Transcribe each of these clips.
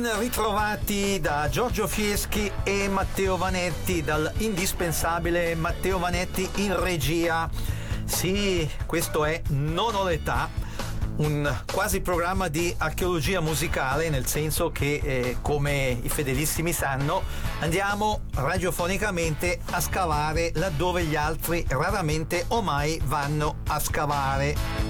Ben ritrovati da Giorgio Fieschi e Matteo Vanetti, dal indispensabile Matteo Vanetti in regia. Sì, questo è Non ho l'età, un quasi programma di archeologia musicale, nel senso che, come i fedelissimi sanno, andiamo radiofonicamente a scavare laddove gli altri raramente o mai vanno a scavare.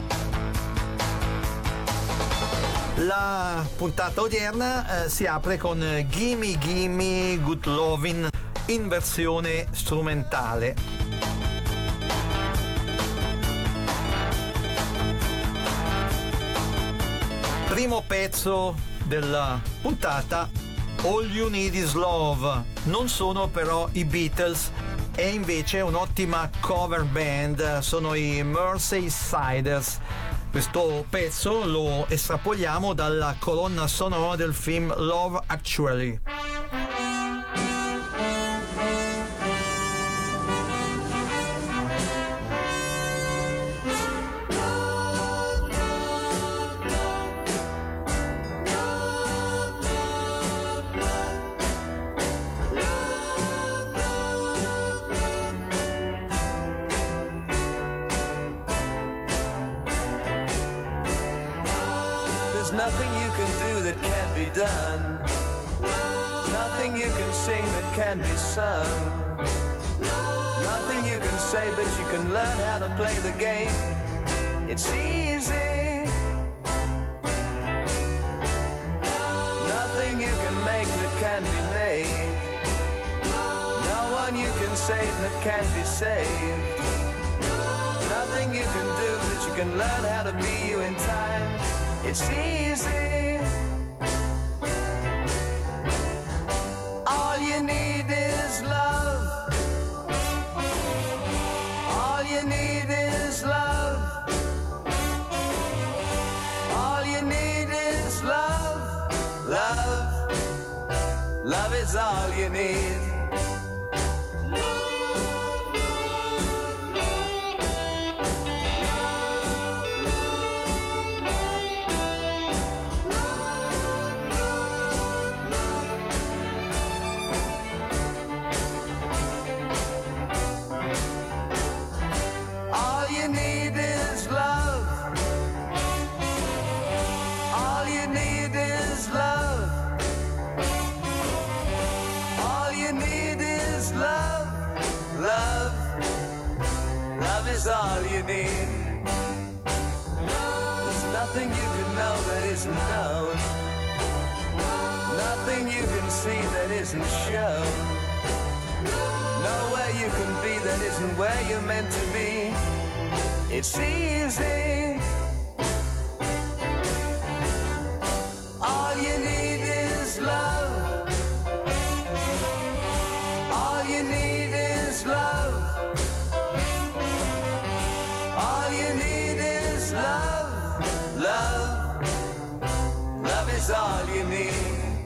La puntata odierna si apre con Gimme Gimme Good Lovin' in versione strumentale. Primo pezzo della puntata, All You Need Is Love. Non sono però i Beatles, è invece un'ottima cover band, sono i Merseysiders. Questo pezzo lo estrapoliamo dalla colonna sonora del film Love Actually. Nothing you can do that can't be done. Nothing you can sing that can be sung. Nothing you can say, but you can learn how to play the game. It's easy. Nothing you can make that can't be made. No one you can save that can't be saved. Nothing you can do, but you can learn how to be you in time. It's easy. All you need is love. All you need is love. All you need is love. Love. Love is all you need. Is all you need. There's nothing you can know that isn't known. Nothing you can see that isn't shown. Nowhere you can be that isn't where you're meant to be. It's easy. All you need is love. All you need is love. Love, love, love is all you need.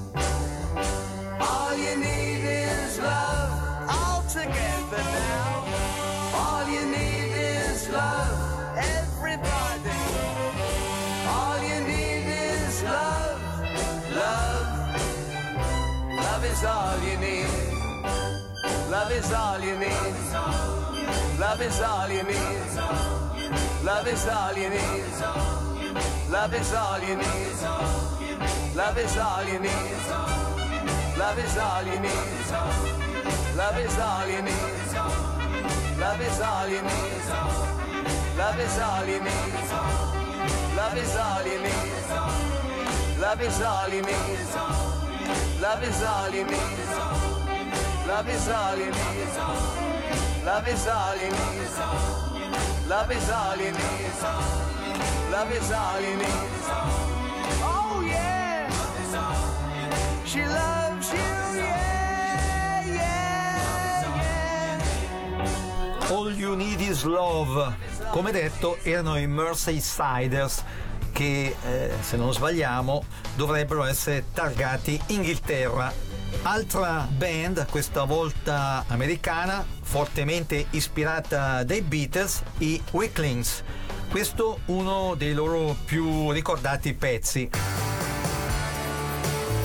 All you need is love. All together now. All you need is love. Everybody. All you need is love. Love, love is all you need. Love is all you need. Love is all you need. Love is all you need. Love is all you need. Love is all you need. Love is all you need. Love is all you need. Love is all you need. Love is all you need. Love is all you need. Love is all you need. Love is all you need. Love is all you need. Love is all you need. Love is all you need. Love is all you need. Oh yeah. She loves you, yeah, yeah, yeah. All You Need Is Love. Come detto, erano i Merseysiders che, se non sbagliamo, dovrebbero essere targati Inghilterra. Altra band, questa volta americana, fortemente ispirata dai Beatles, i Weaklings. Questo uno dei loro più ricordati pezzi.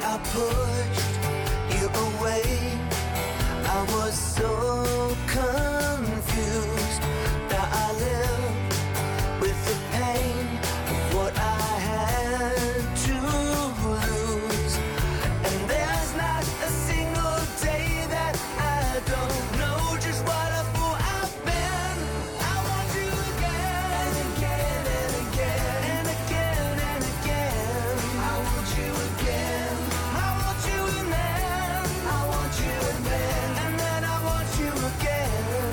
I pushed you away. I was so confused. Now I live with the pain of what I had to lose. And there's not a single day that I don't know just what a fool I've been. I want you again and again and again and again and again. I want you again. I want you and then I want you and then I want you again.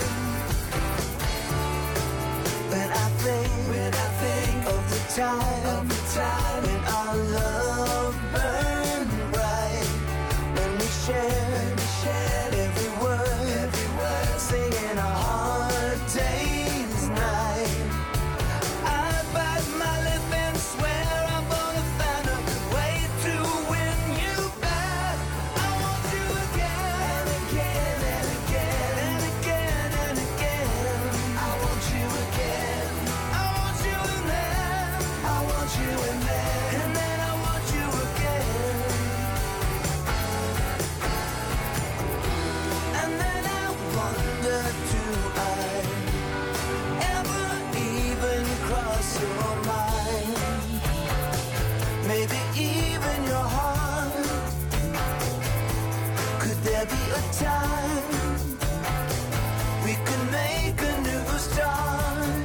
When I think of the time when our love burned bright, when we shared every word, singing our hard day's night. I bite my lip and swear I'm gonna find a way to win you back. I want you again and again and again and again and again. I want you again. I want you and then I want you and then I want you again. And then I wonder, do I ever even cross your mind? Maybe even your heart. Could there be a time we could make a new start?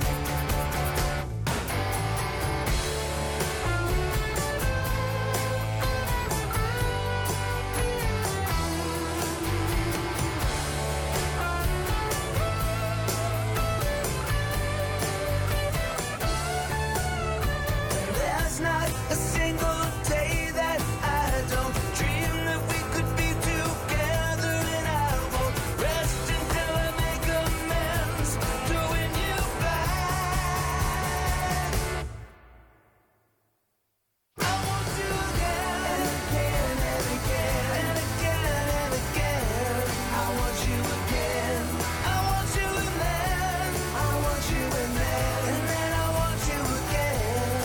There's not a single day that I don't dream that we could be together, and I won't rest until I make amends to win you back. I want you again and again and again and again and again. I want you again. I want you and then I want you and then I want you again.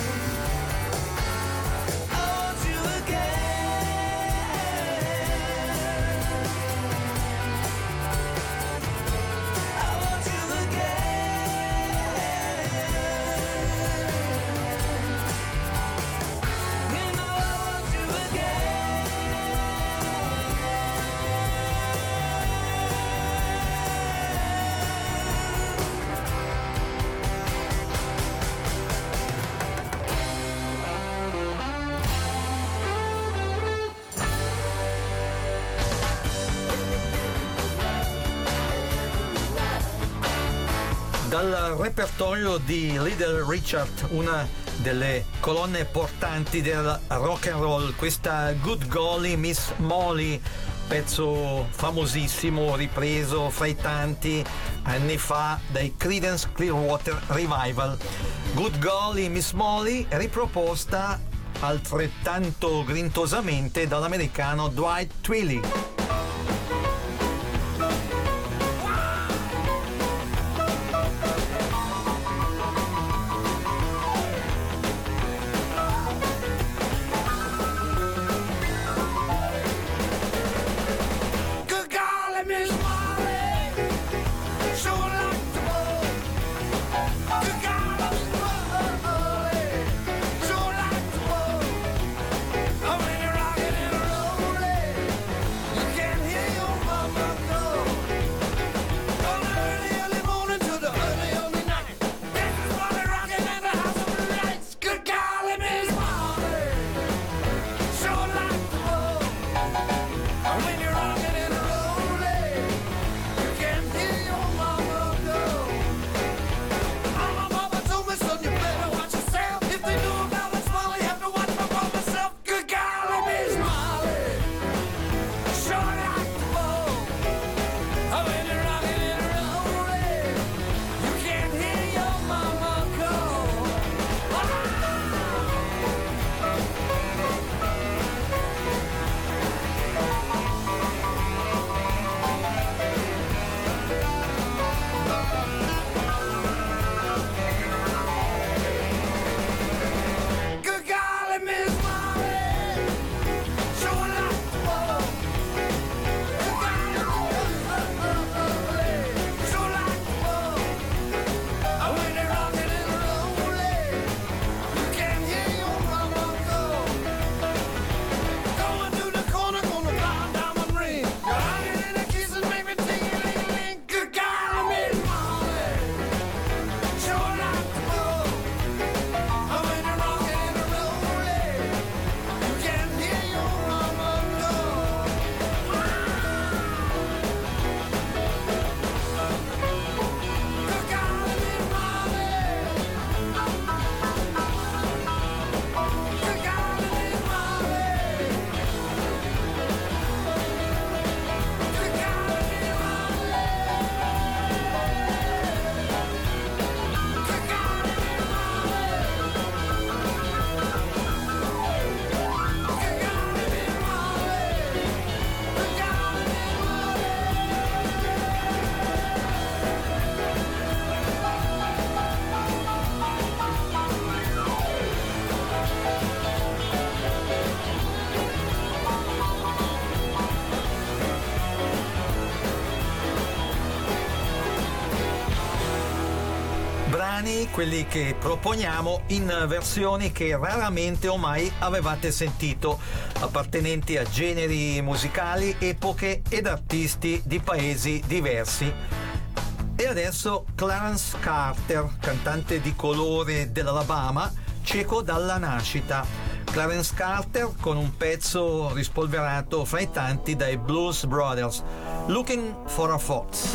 I want you again. I want you again. You know I want you Dal repertorio di Little Richard, una delle colonne portanti del rock and roll, questa Good Golly Miss Molly, pezzo famosissimo ripreso fra i tanti anni fa dai Creedence Clearwater Revival. Good Golly Miss Molly riproposta altrettanto grintoosamente dall'americano Dwight Twilley. Good golly, Miss Molly, sure like to roll. Good golly, Miss Molly, sure like to roll. Oh, when you're rocking and rolling, brani, quelli che proponiamo, in versioni che raramente o mai avevate sentito, appartenenti a generi musicali, epoche ed artisti di paesi diversi. E adesso Clarence Carter, cantante di colore dell'Alabama, cieco dalla nascita. Clarence Carter con un pezzo rispolverato fra i tanti dai Blues Brothers, Looking for a Fox.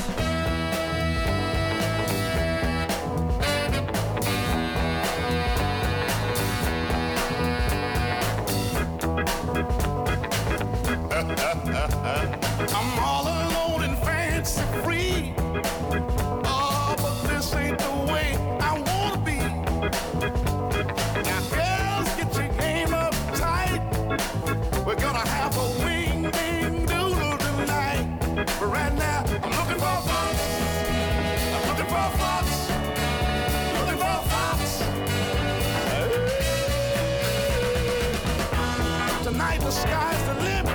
I'm all alone and fancy free. Oh, but this ain't the way I wanna be. Now, girls, get your game up tight. We're gonna have a wing, ding, doodle tonight. But right now, I'm looking for a fox. I'm looking for a fox. Looking for a fox. Tonight, the sky's the limit.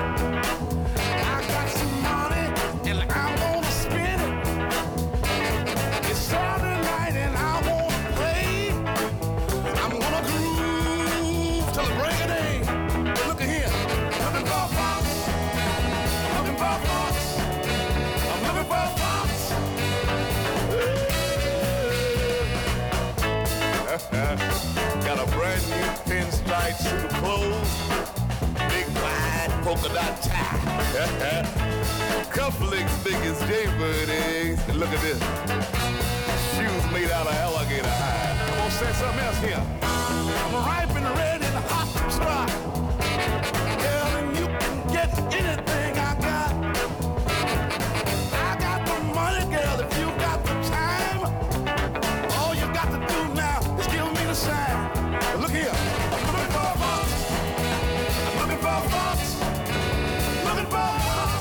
Got a brand new pinstripe suit of clothes, big wide polka dot tie, cufflinks big as jaybird eggs. Look at this, shoes made out of alligator hide. I'm gonna say something else here. I'm ripe and ready and hot to try. Girl, and you can get anything I got. I got the money, girl, if you got the time. All you got to do now is give me the sign. Look here, I'm looking for a fox. I'm looking for a fox. Looking for a fox.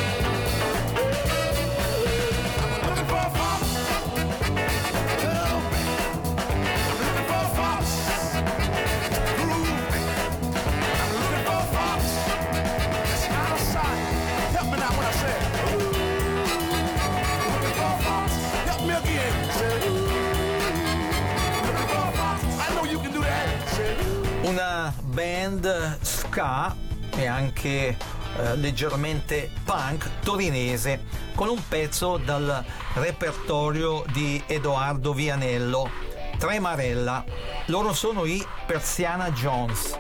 I'm looking for a fox. Oh, I'm looking for a fox. Groove. I'm looking for a fox. It's out of sight. Help me now when I say it. I'm looking for a fox. Help me again. Say, looking for a fox. I know you can do that. Say, Una band ska e anche leggermente punk torinese, con un pezzo dal repertorio di Edoardo Vianello, Tremarella. Loro sono i Persiana Jones.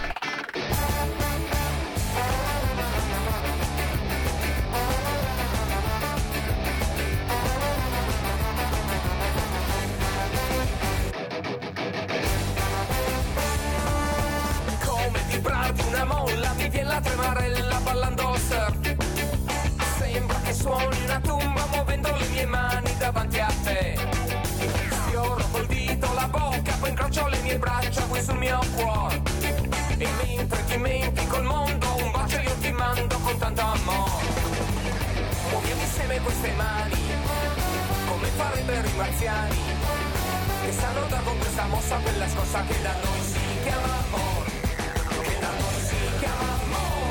Come vibrarti una molla, mi viene la tremarella ballando surf. Sembra che suoni una tumba muovendo le mie mani davanti a te. Sfioro col dito la bocca, poi incrocio le mie braccia qui sul mio cuore. E mentre dimentico il mondo, un bacio io ti mando con tanto amore. Muoviamo insieme queste mani, come farebbero i marziani, che sanno dar con questa mossa quella scossa che da noi si chiama amore. Che da noi si chiama amore.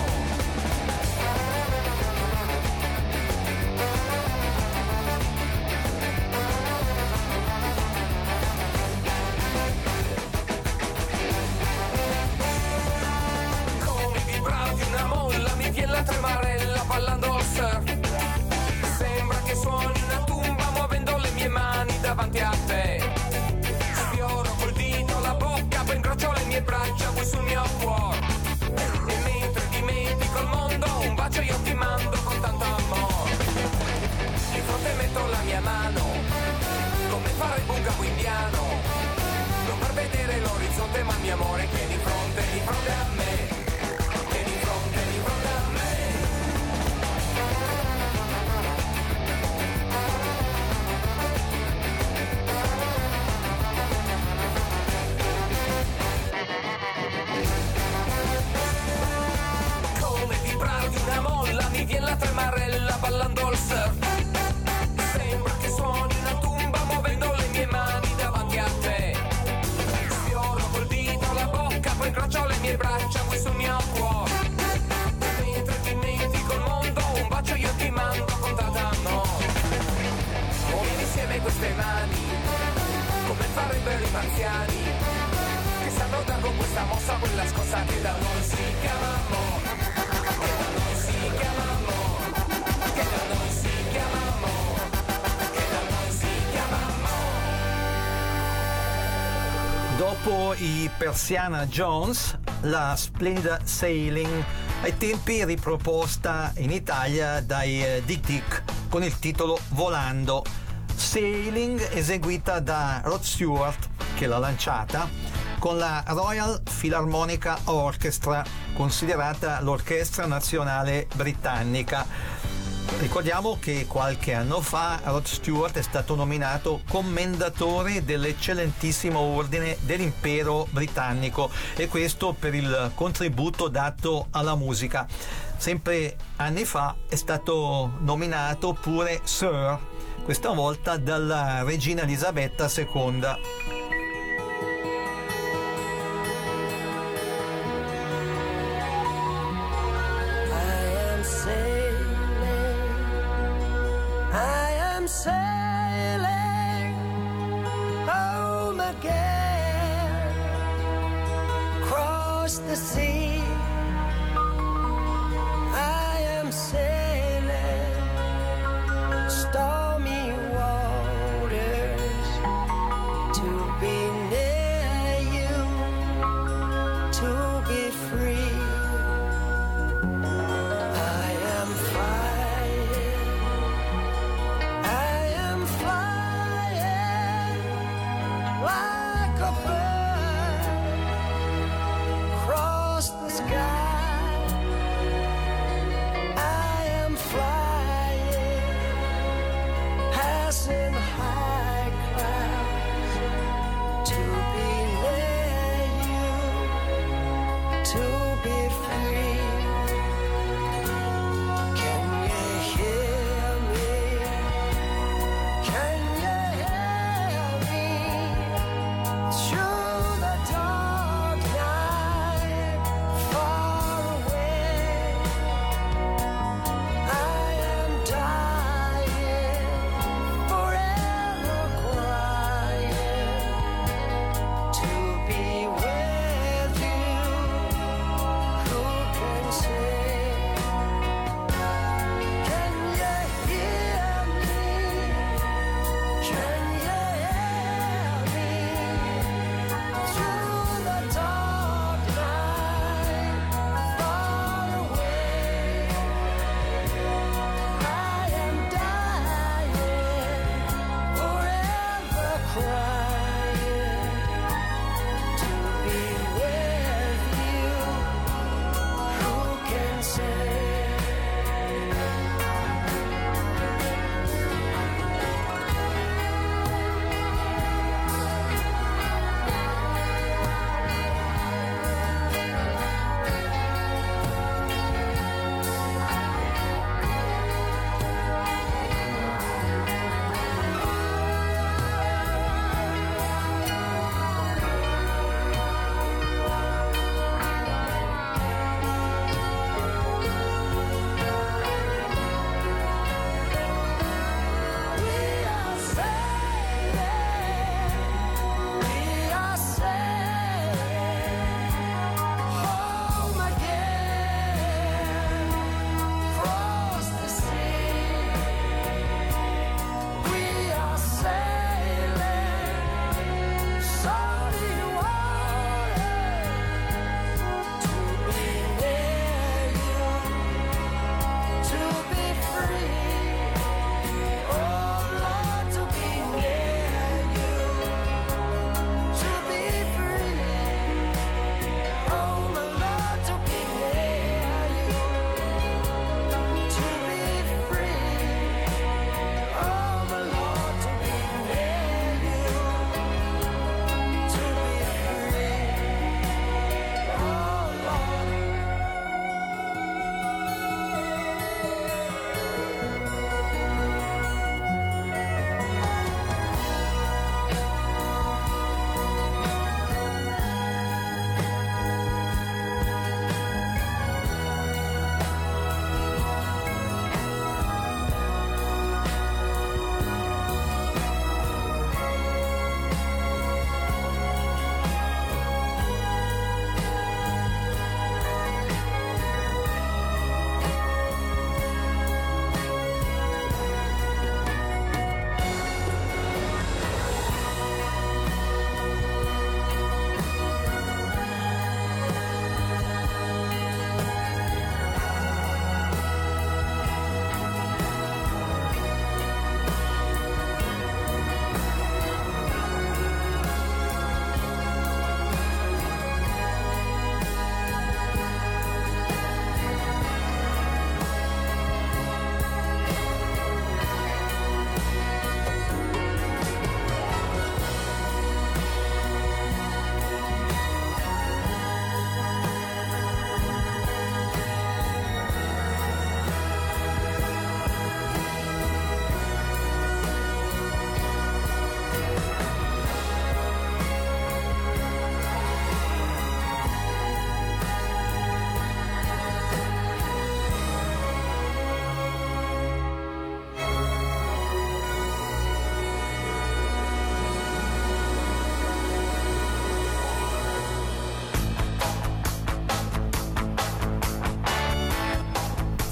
Come vibrati una molla, mi viene la tremarella ballando al surf. Sembra che suoni una tumba muovendo le mie mani davanti a te. Sfioro col dito la bocca, poi incrocio le mie braccia qui sul mio cuore. E mentre dimentico il mondo, un bacio io ti mando con tanto amore. Di fronte metto la mia mano, come fare il bungalow indiano. Non per vedere l'orizzonte, ma il mio amore che è di fronte a me. Che è di fronte a me. Come vibrarti una molla, mi viene la tremarella ballando al surf. Sembra che suoni una tumba muovendo le mie mani davanti a te. Sfioro col dito la bocca, poi incrocio le mie braccia qui sul mio cuore. E mentre dimentico il mondo, un bacio io ti mando con tanto amore. Muoviamo insieme queste mani, come poveri marziani che sanno dar con questa mossa quella scossa che da noi si chiama amore, che da noi si chiama amore, che da noi si chiama amore, che da noi si chiama amore. Dopo i Persiana Jones, la splendida Sailing, ai tempi riproposta in Italia dai Dick Dick con il titolo Volando. Sailing eseguita da Rod Stewart, che l'ha lanciata, con la Royal Philharmonic Orchestra, considerata l'orchestra nazionale britannica. Ricordiamo che qualche anno fa Rod Stewart è stato nominato commendatore dell'eccellentissimo ordine dell'impero britannico, e questo per il contributo dato alla musica. Sempre anni fa è stato nominato pure Sir, questa volta dalla regina Elisabetta II. Sailing home again, across the sea. I am sailing stormy waters to be near you, to be free. I am like a bird across the sky. I am flying, passing high clouds to be near you, to be free. Can you hear me? Can you hear me? Through the dark night, far away, I am dying, forever crying, to be with you. Who can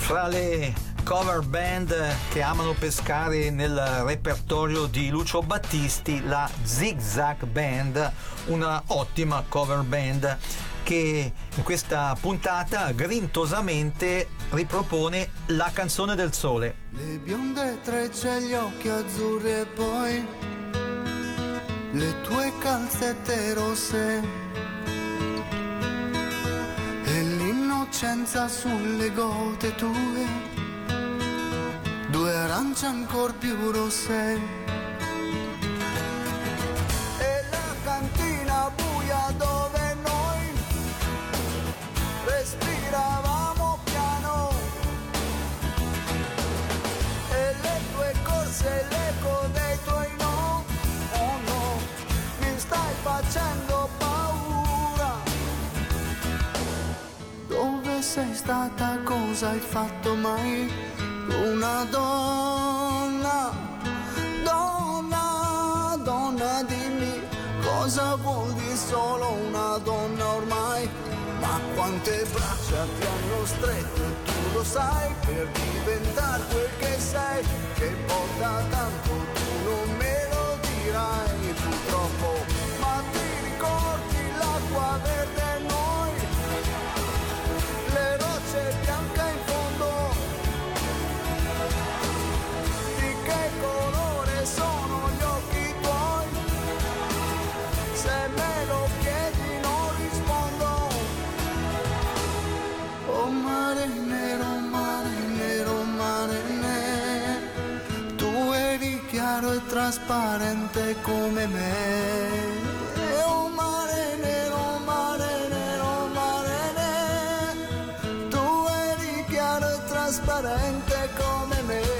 Fra le cover band che amano pescare nel repertorio di Lucio Battisti, la Zig Zag Band, una ottima cover band che in questa puntata grintoosamente ripropone La canzone del sole. Le bionde trecce, gli occhi azzurri e poi le tue calzette rosse e l'innocenza sulle gote tue, due arance ancor più rosse e la cantina buia dove noi respiravamo piano e le tue corse, l'eco dei tuoi no, oh no, mi stai facendo paura. Dove sei stata, cosa hai fatto mai? Una donna, donna, donna, dimmi cosa vuol dire solo una donna ormai? Ma quante braccia ti hanno stretto e tu lo sai, per diventare quel che sei, che porta tanto tu non me lo dirai purtroppo, ma ti ricordi l'acqua verde e noi, le rocce bianche in fondo, di che colore sono gli occhi tuoi, se me lo chiedi non rispondo. Oh mare nero, mare nero, mare nero, tu eri chiaro e trasparente come me. Oh mare nero, mare nero, mare nero, tu eri chiaro e trasparente come me.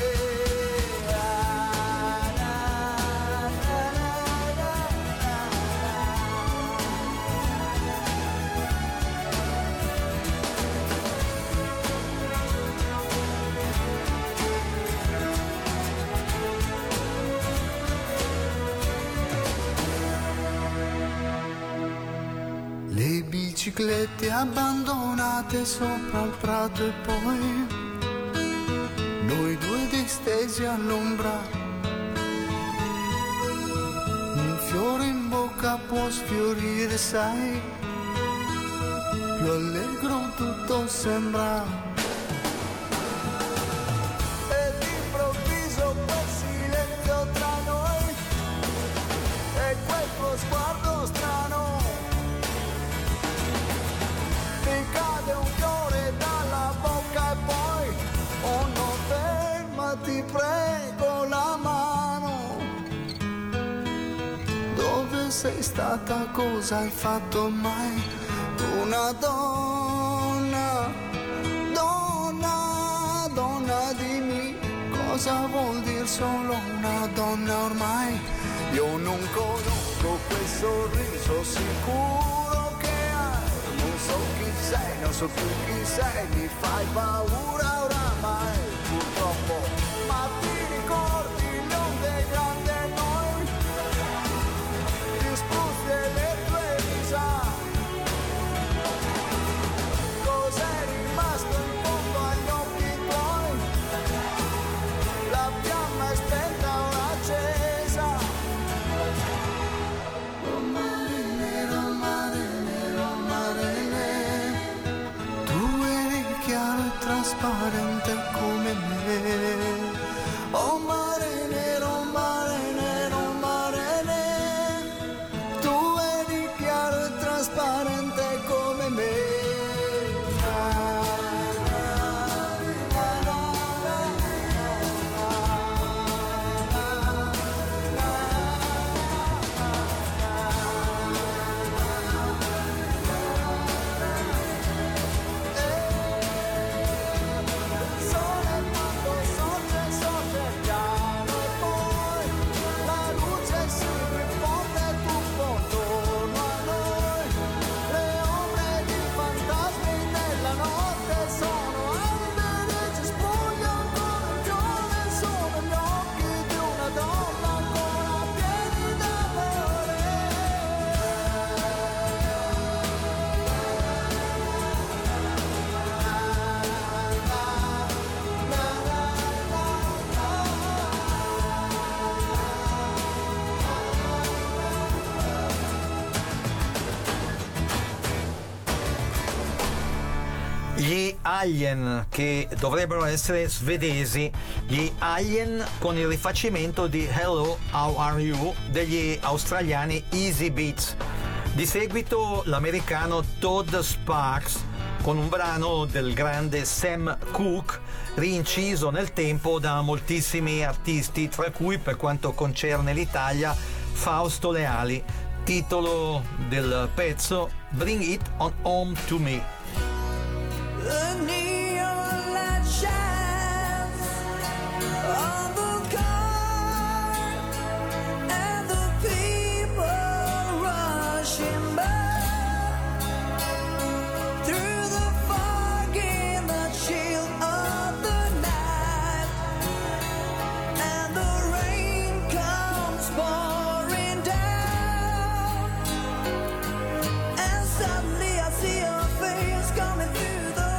Le biciclette abbandonate sopra il prato e poi noi due distesi all'ombra, un fiore in bocca può sfiorire, sai, più allegro tutto sembra. E d'improvviso quel silenzio tra noi e quel tuo sguardo strano, ti cade un fiore dalla bocca e poi, oh no, fermati prego la mano. Dove sei stata, cosa hai fatto mai? Una donna, donna, donna, dimmi cosa vuol dire solo una donna ormai? Io non conosco quel sorriso sicuro che hai, non so chi sei, non so più chi sei, mi fai paura oramai, purtroppo, ma ti ricordi le onde grandi e noi, gli spuzzi e le tue risa, cos'è rimasto in fondo agli occhi tuoi, la fiamma è spenta ora accesa. Oh mare nero, mare nero, mare nero, tu eri chiaro e trasparente come me. Oh mare nero, mare nero, mare nero, tu eri chiaro e trasparente come me. Sole quando sorge, sorge già. Gli Alien, che dovrebbero essere svedesi, gli Alien con il rifacimento di Hello, How Are You degli australiani Easy Beats. Di seguito l'americano Todd Sparks con un brano del grande Sam Cooke, rinciso nel tempo da moltissimi artisti, tra cui, per quanto concerne l'Italia, Fausto Leali. Titolo del pezzo Bring It On Home To Me. The neon light shines on the car and the people rushing by through the fog in the chill of the night, and the rain comes pouring down, and suddenly I see your face coming through the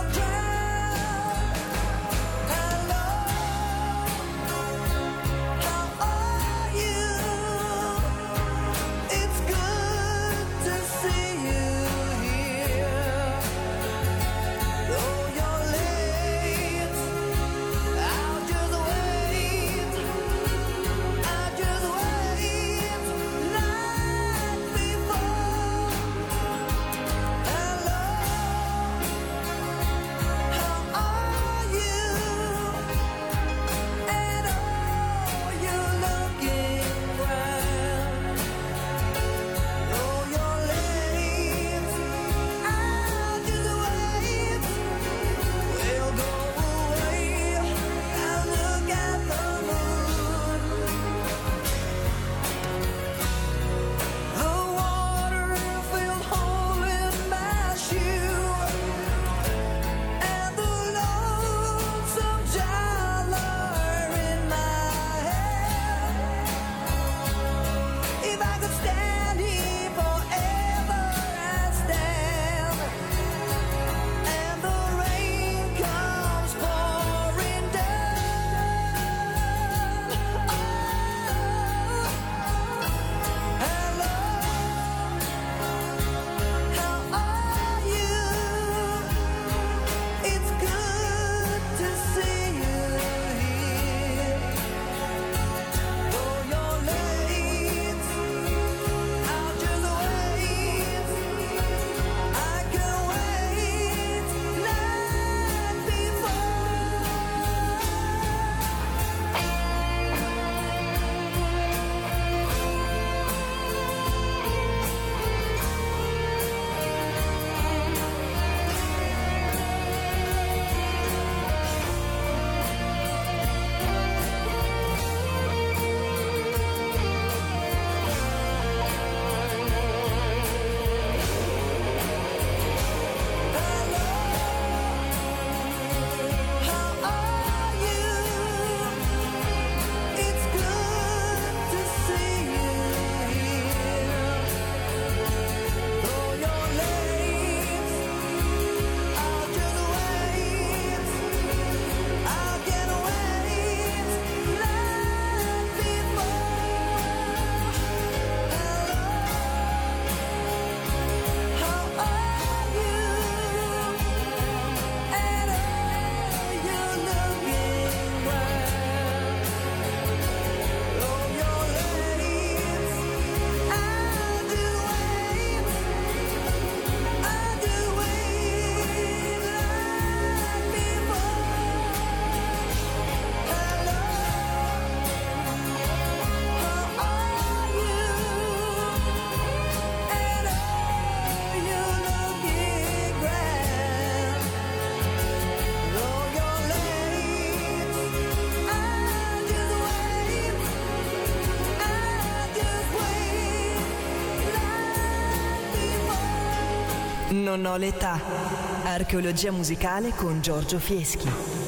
Non ho l'età. Archeologia musicale con Giorgio Fieschi.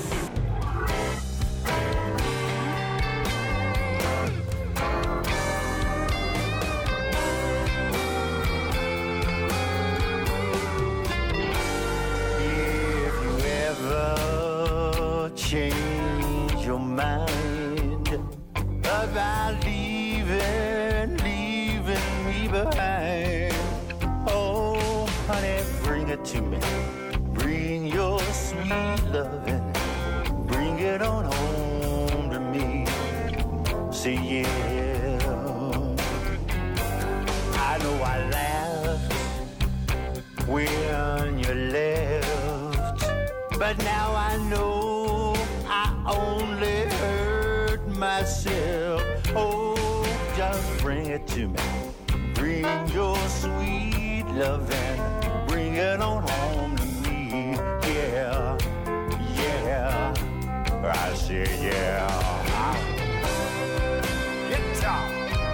Change your mind about leaving me behind. Oh, honey, bring it to me. Bring your sweet loving, bring it on home to me. Say yeah. I know I laughed when you left, but now I know I only hurt myself. Oh, just bring it to me. Bring your sweet loving, bring it on home to me. Yeah, yeah, I say yeah. Get up.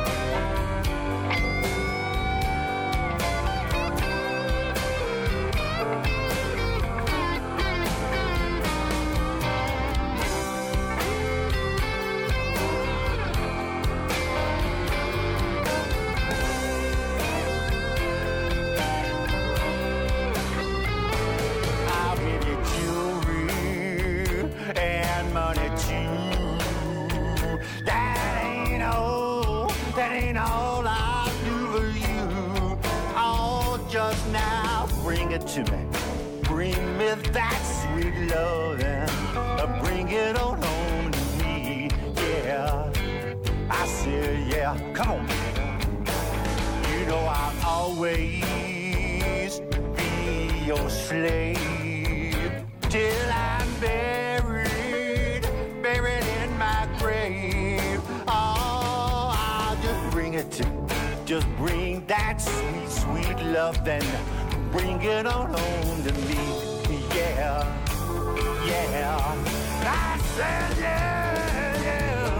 To me, bring me that sweet loving, bring it on home to me. Yeah, I said yeah. Come on, you know I'll always be your slave till I'm buried in my grave. Oh, I'll just bring it to me. Just bring that sweet, sweet loving. Bring it on home to me, yeah, yeah. I said yeah, yeah.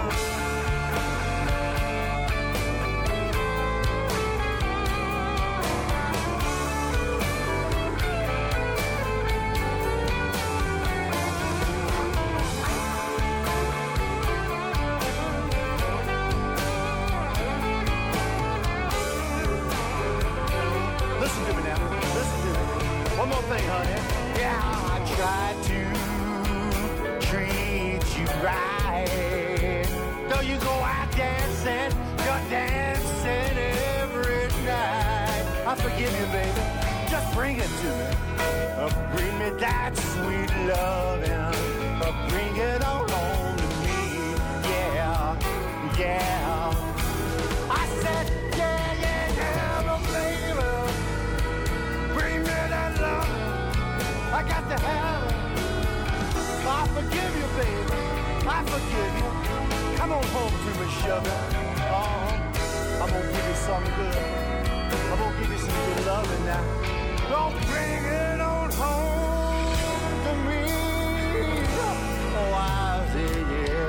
Listen to me now. One more thing, honey. Yeah, I tried to treat you right. Though you go out dancing, you're dancing every night. I forgive you, baby. Just bring it to me. Bring me that sweet loving. Bring it on home to me. Yeah, yeah. I said, yeah, yeah, yeah, but baby. Bring me that love, I got to have it. I forgive you, baby, I forgive you. Come on home to me, sugar. I'm gonna give you something good. I'm gonna give you some good loving now. Don't bring it on home to me. Oh, I say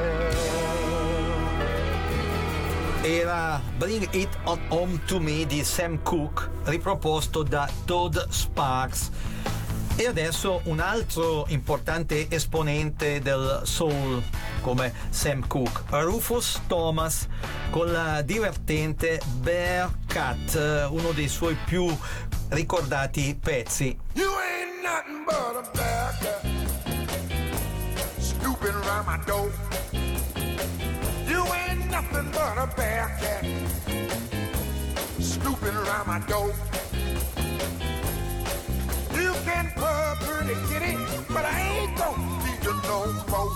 yeah. Era Bring It On Home To Me di Sam Cooke, riproposto da Todd Sparks. E adesso un altro importante esponente del soul come Sam Cooke, Rufus Thomas, con la divertente Bear Cat, uno dei suoi più ricordati pezzi. You ain't nothing but a bear cat, snooping around my door. You ain't nothing but a bear cat, snooping around my door. You can purr pretty kitty, but I ain't gonna feed you no more.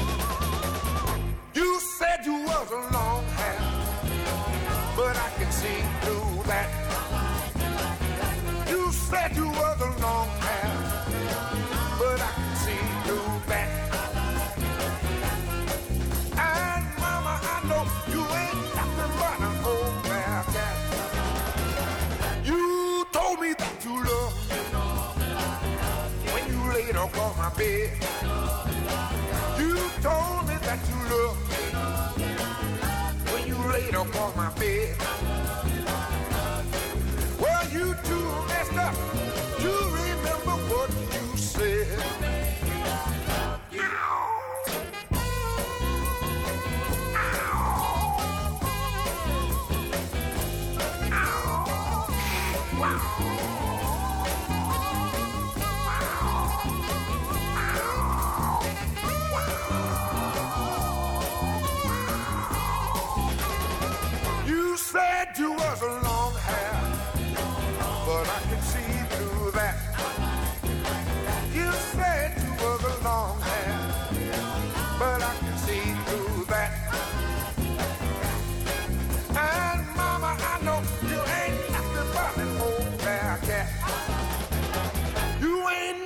You said you was a long hair, but I can see through that. You said you was a long hair, but I can see through that. And mama, I know you ain't nothing but an old bear cat. You told me that you loved me when you laid across my bed. You told me that you loved me when you laid across my bed. Well, you two messed up. You remember what you said. You said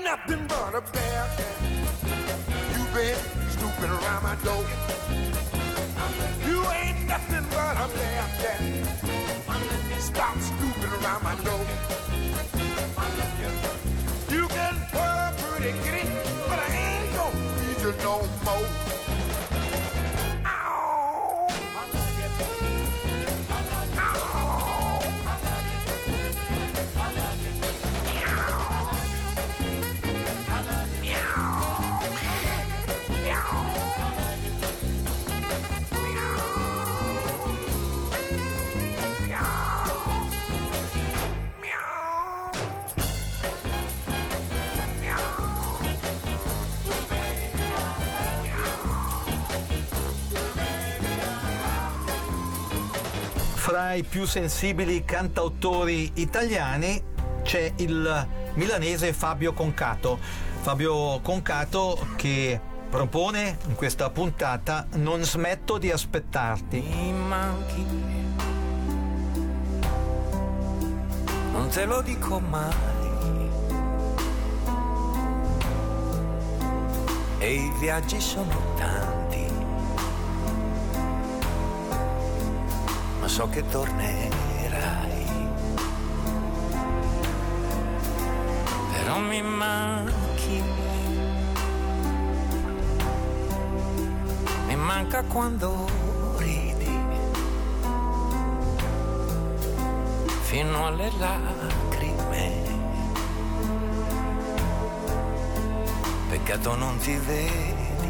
nothing but a bear. You've been snooping around my door. You ain't nothing but a bear. Stop snooping around my door. You can purr pretty kitty, but I ain't gonna need you no more. Fra i più sensibili cantautori italiani c'è il milanese Fabio Concato. Fabio Concato che propone in questa puntata Non smetto di aspettarti. Mi manchi, non te lo dico mai, e i viaggi sono tanti, ma so che tornerai. Però mi manchi, mi manca quando ridi, fino alle lacrime. Peccato non ti vedi,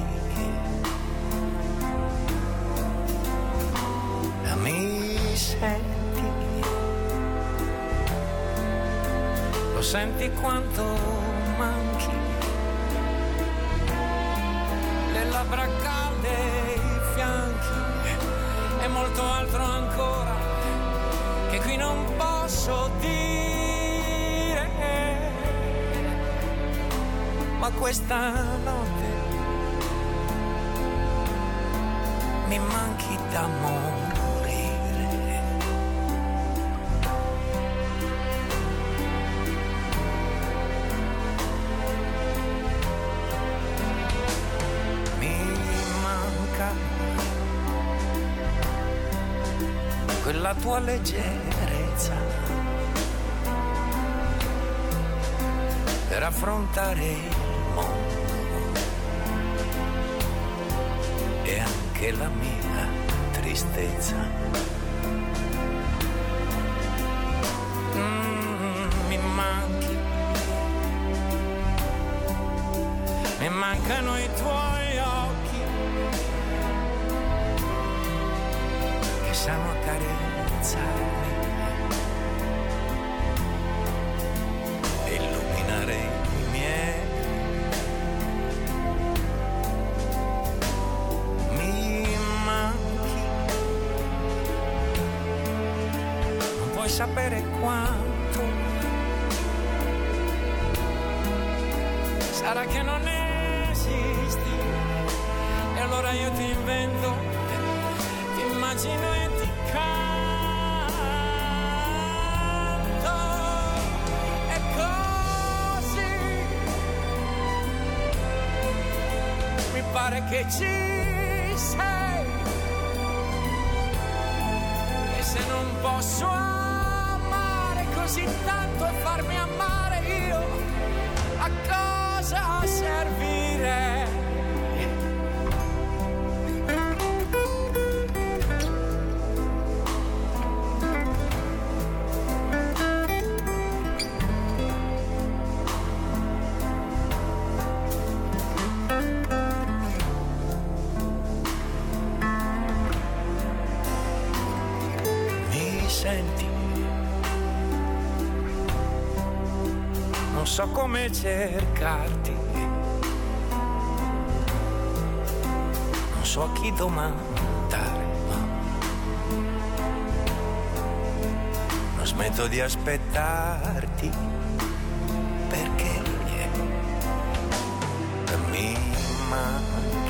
mi senti, lo senti quanto manchi, le labbra calde, i fianchi e molto altro ancora che qui non posso dire, ma questa notte mi manchi da morire. Quella tua leggerezza per affrontare il mondo e anche la mia tristezza. Mi manchi, mi mancano i tuoi occhi che sanno accarezzarmi e illuminare i miei. Mi manchi, non puoi sapere quanto. Sarà che non esisti e allora io ti invento, ti immagino e ti canto, e così mi pare che ci sei, e se non posso amare così tanto e farmi amare io, a cosa servirei? Non so come cercarti, non so a chi domandare, ma non smetto di aspettarti perché mi manchi.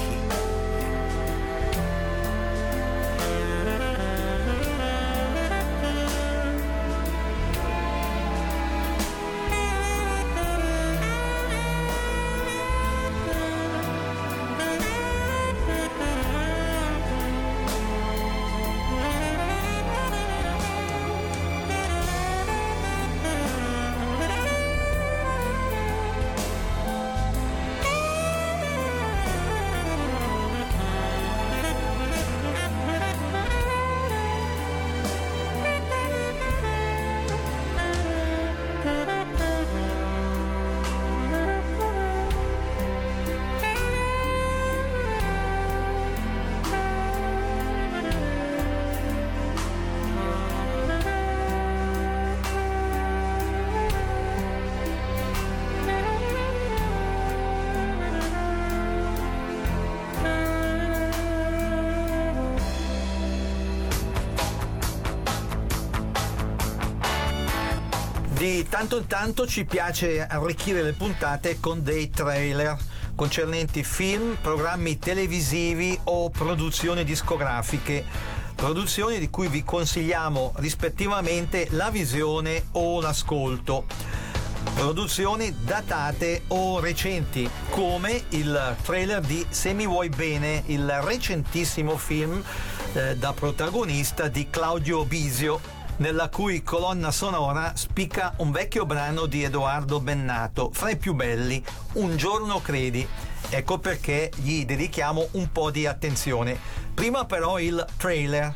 Di tanto in tanto ci piace arricchire le puntate con dei trailer concernenti film, programmi televisivi o produzioni discografiche, produzioni di cui vi consigliamo rispettivamente la visione o l'ascolto. Produzioni datate o recenti, come il trailer di Se mi vuoi bene, il recentissimo film da protagonista di Claudio Bisio, nella cui colonna sonora spicca un vecchio brano di Edoardo Bennato, fra i più belli, Un giorno credi. Ecco perché gli dedichiamo un po' di attenzione. Prima però il trailer.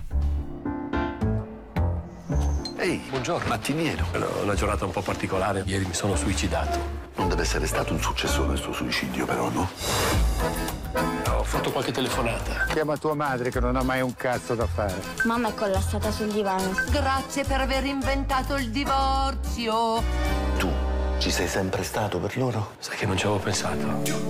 Ehi, buongiorno. Mattiniero. Una giornata un po' particolare. Ieri mi sono suicidato. Non deve essere stato un successo questo suicidio, però, no? Ho fatto qualche telefonata. Chiama tua madre che non ha mai un cazzo da fare. Mamma è collassata sul divano. Grazie per aver inventato il divorzio. Tu ci sei sempre stato per loro? Sai che non ci avevo pensato. Si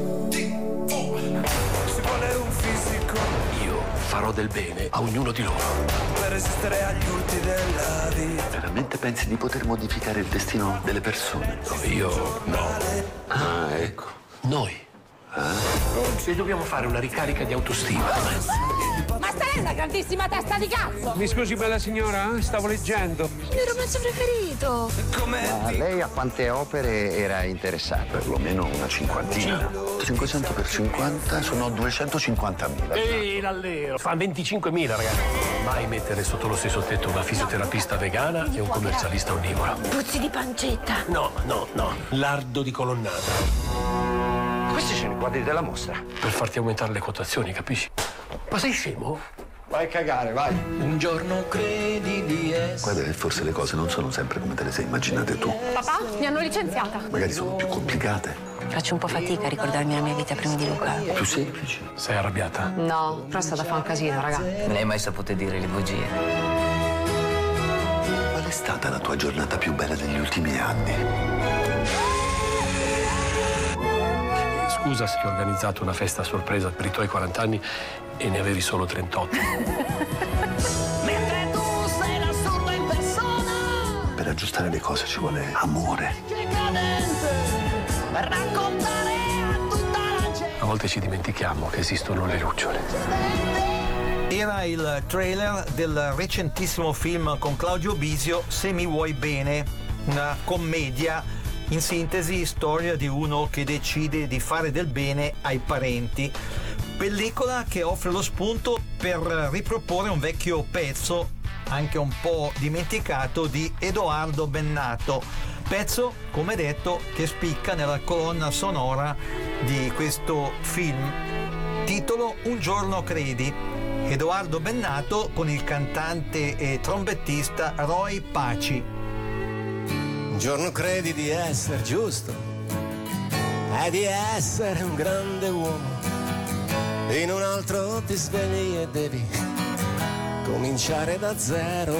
vuole un fisico Io farò del bene a ognuno di loro. per resistere agli urti della vita. Veramente pensi di poter modificare il destino delle persone? No, io no. Ah, ecco. Noi. Se dobbiamo fare una ricarica di autostima. Ma stai una grandissima testa di cazzo! Mi scusi, bella signora, stavo leggendo. Il mio romanzo preferito. Ma lei a quante opere era interessata? Perlomeno una cinquantina. 500 per 50 sono 250.000. Ehi, l'allero. Fa 25.000, ragazzi. Mai mettere sotto lo stesso tetto una fisioterapista vegana e un commercialista onnivoro. Puzzi di pancetta. No. Lardo di colonnata. Questi sono i quadri della mostra. Per farti aumentare le quotazioni, capisci? Ma sei scemo? Vai a cagare, vai. Un giorno credi di essere. Guarda che forse le cose non sono sempre come te le sei immaginate tu. Papà, mi hanno licenziata. Magari sono più complicate, Faccio un po' fatica a ricordarmi la mia vita prima di Luca. più semplici. Sei arrabbiata? No, però è stata fa un casino, raga. Non hai mai saputo dire le bugie. Qual è stata la tua giornata più bella degli ultimi anni? Scusa se ho organizzato una festa a sorpresa per i tuoi 40 anni e ne avevi solo 38. Mentre tu sei l'assurdo in persona, Per aggiustare le cose ci vuole amore. che cadente, per raccontare a tutta la gente. A volte ci dimentichiamo che esistono le lucciole. Era il trailer del recentissimo film con Claudio Bisio, Se mi vuoi bene, una commedia, in sintesi storia di uno che decide di fare del bene ai parenti. Pellicola che offre lo spunto per riproporre un vecchio pezzo, anche un po' dimenticato, di Edoardo Bennato. Pezzo, come detto, che spicca nella colonna sonora di questo film. Titolo Un giorno credi. Edoardo Bennato con il cantante e trombettista Roy Paci. Un giorno credi di essere giusto e di essere un grande uomo, in un altro ti svegli e devi cominciare da zero.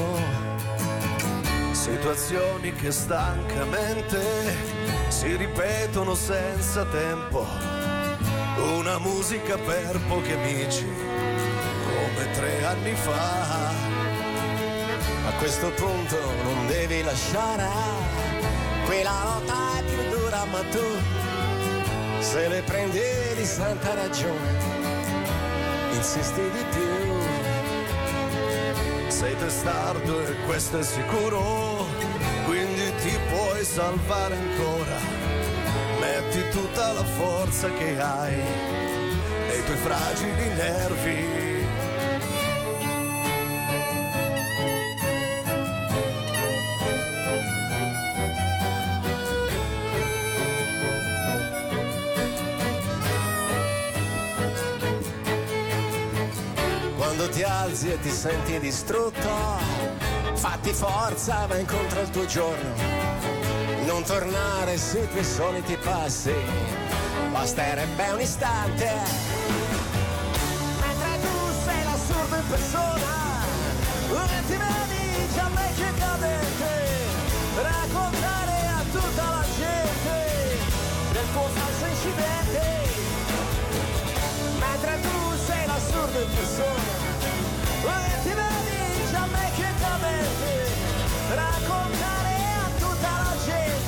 Situazioni che stancamente si ripetono senza tempo. Una musica per pochi amici, come 3 anni fa. A questo punto non devi lasciare. Qui la lotta è più dura, ma tu se le prendi di santa ragione insisti di più. Sei testardo e questo è sicuro, quindi ti puoi salvare ancora. Metti tutta la forza che hai nei tuoi fragili nervi. Quando ti alzi e ti senti distrutto, fatti forza, vai incontro al tuo giorno. Non tornare sui tuoi soliti passi, basterebbe un istante. Mentre tu sei l'assurdo in persona, e ti vedi già vecchio cadente, raccontare a tutta la gente del tuo falso incidente. Mentre tu sei l'assurdo in persona, e ti vedi già vecchio cadente, raccontare a tutta la gente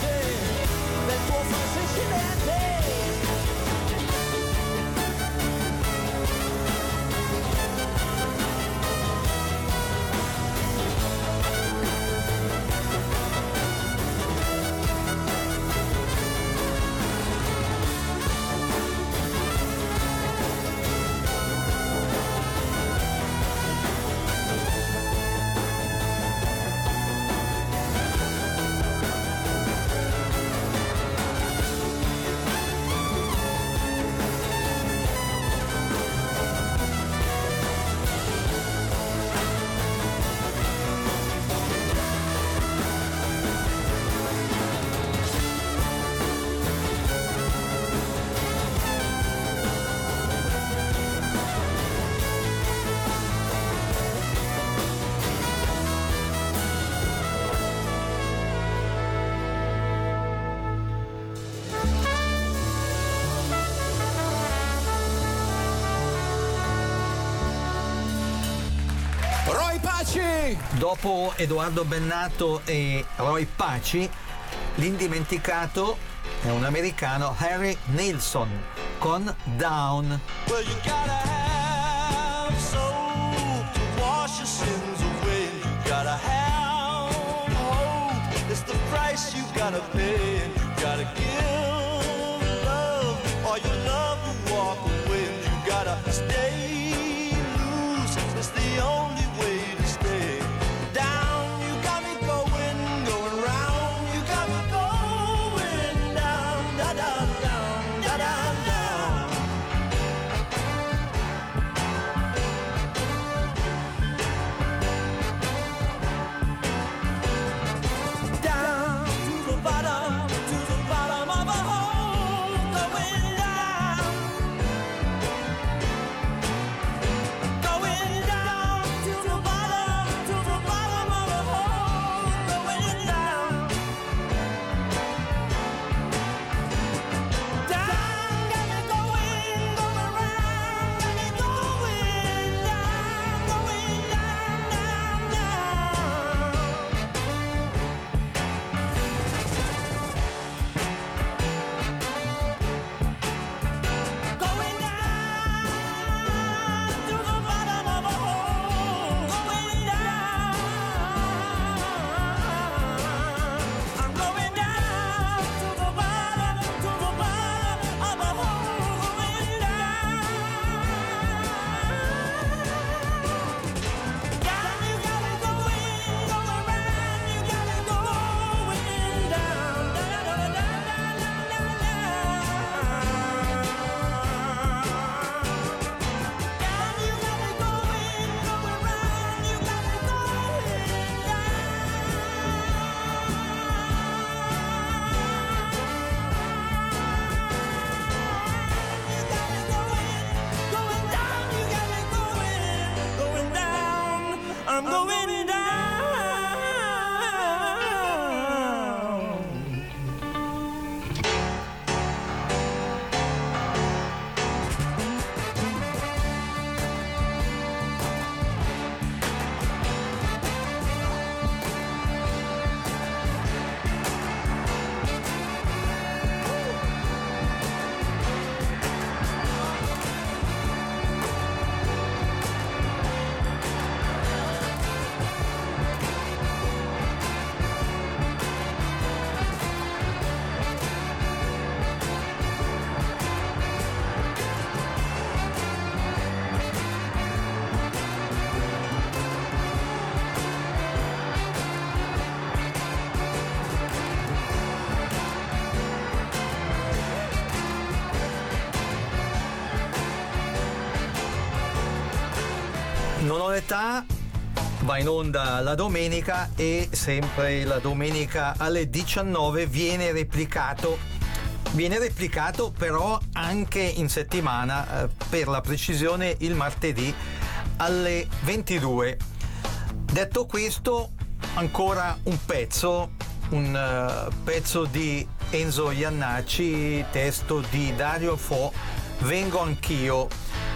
Roy Paci! Dopo Edoardo Bennato e Roy Paci, l'indimenticato è un americano, Harry Nilsson, con Down. Well, you gotta have soul to wash your sins away. You gotta have hope. It's the price you gotta pay. You gotta give love, or your love will walk away. You gotta stay loose. It's the only way to stay down. You got me going, going round. You got me going down, da da down, da da down. Down to the bottom of a hole, going down. Going down to the bottom of a hole, going down. Down, got me going, going round, got me going down, down, down. Going down to the bottom of a hole, going down. I'm going down to the bottom of a hole, going down. Down, you got me going, going round, you got me going down, da da da da da da da da. Down, you got me going, going round, you got me going down. You got me going down, you got me going down. I'm going down. Non ho l'età, va in onda la domenica e sempre la domenica alle 19 viene replicato però anche in settimana, per la precisione il martedì alle 22. Detto questo, ancora un pezzo di Enzo Iannacci, testo di Dario Fo, Vengo anch'io,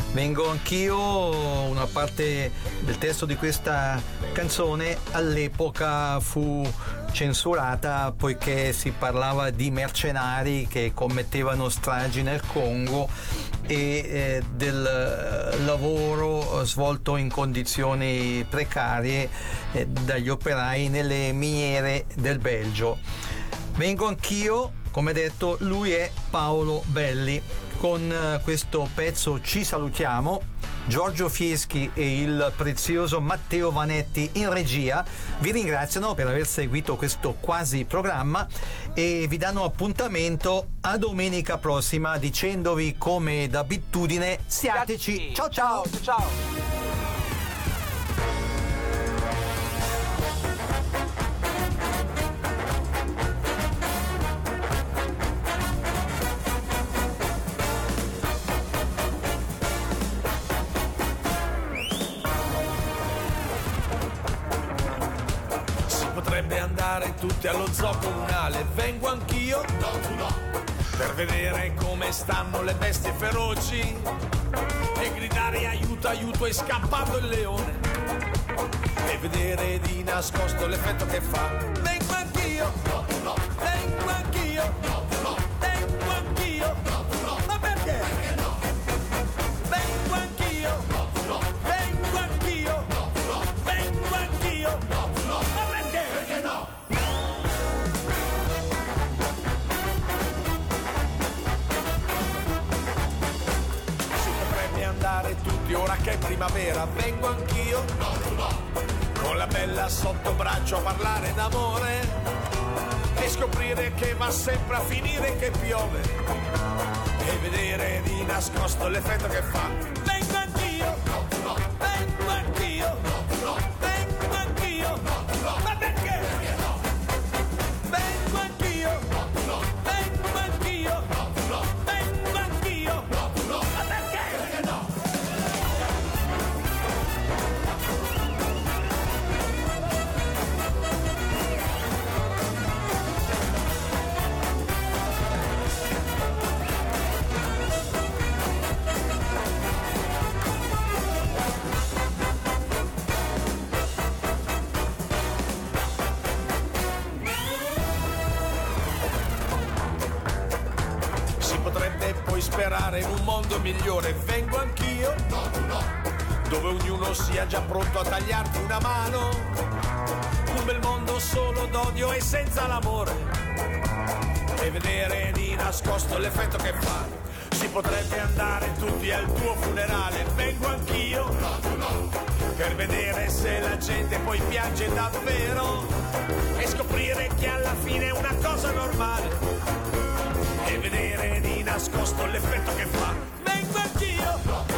una parte del testo di questa canzone all'epoca fu censurata poiché si parlava di mercenari che commettevano stragi nel Congo e del lavoro svolto in condizioni precarie dagli operai nelle miniere del Belgio. Vengo anch'io, come detto, lui è Paolo Belli. Con questo pezzo ci salutiamo. Giorgio Fieschi e il prezioso Matteo Vanetti in regia vi ringraziano per aver seguito questo quasi programma e vi danno appuntamento a domenica prossima dicendovi come d'abitudine siateci. Ciao ciao ciao. Potrebbe andare tutti allo zoo comunale, vengo anch'io, per vedere come stanno le bestie feroci e gridare aiuto, aiuto, è scappato il leone. e vedere di nascosto l'effetto che fa. Vengo anch'io, vengo anch'io, vengo anch'io, ma perché? Vengo anch'io, vengo anch'io, vengo anch'io, ma perché? Perché no? Si potrebbe andare tutti ora che è primavera, vengo anch'io, con la bella sotto braccio a parlare d'amore e scoprire che va sempre a finire che piove e vedere di nascosto l'effetto che fa. Vengo anch'io, vengo anch'io, vengo anch'io, ma perché? Vengo anch'io, vengo anch'io, vengo anch'io, ma perché? Perché no? Si potrebbe poi sperare in un mondo migliore, vengo anch'io, dove ognuno sia già pronto a tagliarti una mano, un bel mondo solo d'odio e senza l'amore, e vedere di nascosto l'effetto che fa. Si potrebbe andare tutti al tuo funerale, vengo anch'io, per vedere se la gente poi piange davvero e scoprire che alla fine è una cosa normale e vedere di nascosto l'effetto che fa. Vengo anch'io,